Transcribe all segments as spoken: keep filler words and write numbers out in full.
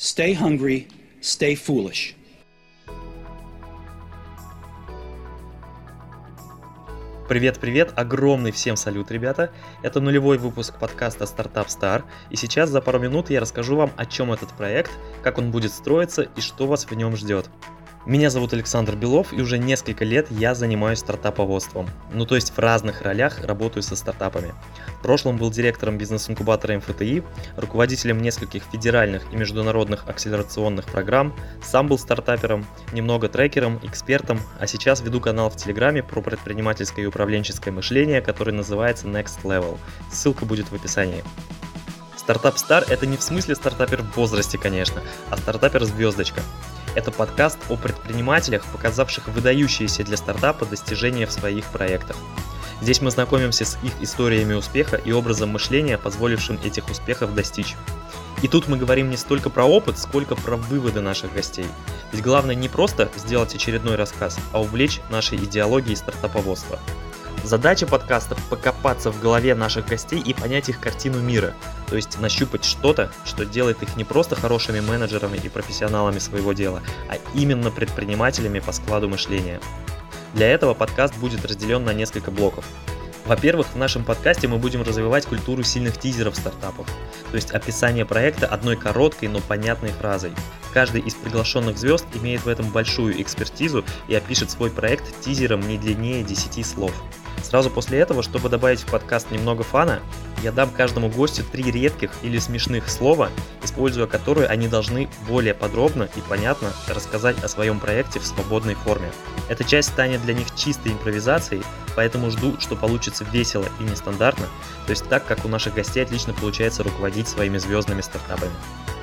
Stay hungry, stay foolish. Привет-привет, огромный всем салют, ребята! Это нулевой выпуск подкаста Startup Star, и сейчас за пару минут я расскажу вам, о чем этот проект, как он будет строиться и что вас в нем ждет. Меня зовут Александр Белов, и уже несколько лет я занимаюсь стартаповодством. Ну то есть в разных ролях работаю со стартапами. В прошлом был директором бизнес-инкубатора эм эф тэ и, руководителем нескольких федеральных и международных акселерационных программ, сам был стартапером, немного трекером, экспертом, а сейчас веду канал в Телеграме про предпринимательское и управленческое мышление, который называется Next Level. Ссылка будет в описании. Startup Star — это не в смысле стартапер в возрасте, конечно, а стартапер-звездочка. Это подкаст о предпринимателях, показавших выдающиеся для стартапа достижения в своих проектах. Здесь мы знакомимся с их историями успеха и образом мышления, позволившим этих успехов достичь. И тут мы говорим не столько про опыт, сколько про выводы наших гостей. Ведь главное не просто сделать очередной рассказ, а увлечь нашей идеологией стартаповодства. Задача подкаста – покопаться в голове наших гостей и понять их картину мира, то есть нащупать что-то, что делает их не просто хорошими менеджерами и профессионалами своего дела, а именно предпринимателями по складу мышления. Для этого подкаст будет разделен на несколько блоков. Во-первых, в нашем подкасте мы будем развивать культуру сильных тизеров стартапов, то есть описание проекта одной короткой, но понятной фразой. Каждый из приглашенных звезд имеет в этом большую экспертизу и опишет свой проект тизером не длиннее десяти слов. Сразу после этого, чтобы добавить в подкаст немного фана, я дам каждому гостю три редких или смешных слова, используя которые они должны более подробно и понятно рассказать о своем проекте в свободной форме. Эта часть станет для них чистой импровизацией, поэтому жду, что получится весело и нестандартно, то есть так, как у наших гостей отлично получается руководить своими звездными стартапами.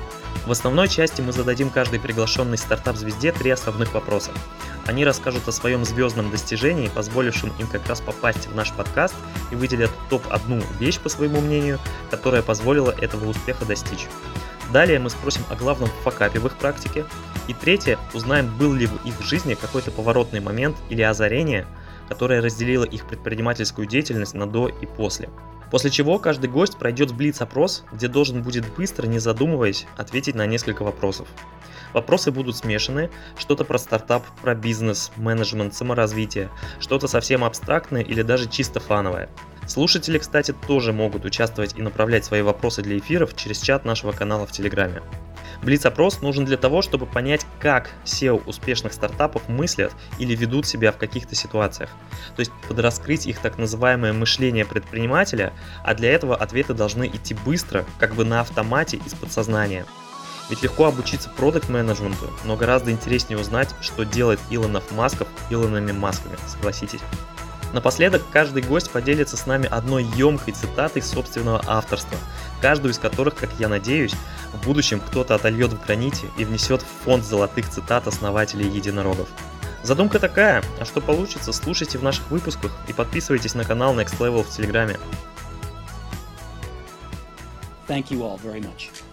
В основной части мы зададим каждой приглашенной стартап-звезде три основных вопроса. Они расскажут о своем звездном достижении, позволившем им как раз попасть в наш подкаст, и выделят топ одну вещь, по своему мнению, которая позволила этого успеха достичь. Далее мы спросим о главном факапе в их практике. И третье, узнаем, был ли в их жизни какой-то поворотный момент или озарение, которое разделило их предпринимательскую деятельность на до и после. После чего каждый гость пройдет блиц-опрос, где должен будет быстро, не задумываясь, ответить на несколько вопросов. Вопросы будут смешаны, что-то про стартап, про бизнес, менеджмент, саморазвитие, что-то совсем абстрактное или даже чисто фановое. Слушатели, кстати, тоже могут участвовать и направлять свои вопросы для эфиров через чат нашего канала в Телеграме. Блиц-опрос нужен для того, чтобы понять, как сео успешных стартапов мыслят или ведут себя в каких-то ситуациях. То есть подраскрыть их так называемое мышление предпринимателя, а для этого ответы должны идти быстро, как бы на автомате из подсознания. Ведь легко обучиться продакт-менеджменту, но гораздо интереснее узнать, что делает Илонов Масков Илонами Масками, согласитесь. Напоследок, каждый гость поделится с нами одной емкой цитатой собственного авторства, каждую из которых, как я надеюсь, в будущем кто-то отольет в граните и внесет в фонд золотых цитат основателей единорогов. Задумка такая, а что получится, слушайте в наших выпусках и подписывайтесь на канал Next Level в Телеграме. Thank you all very much.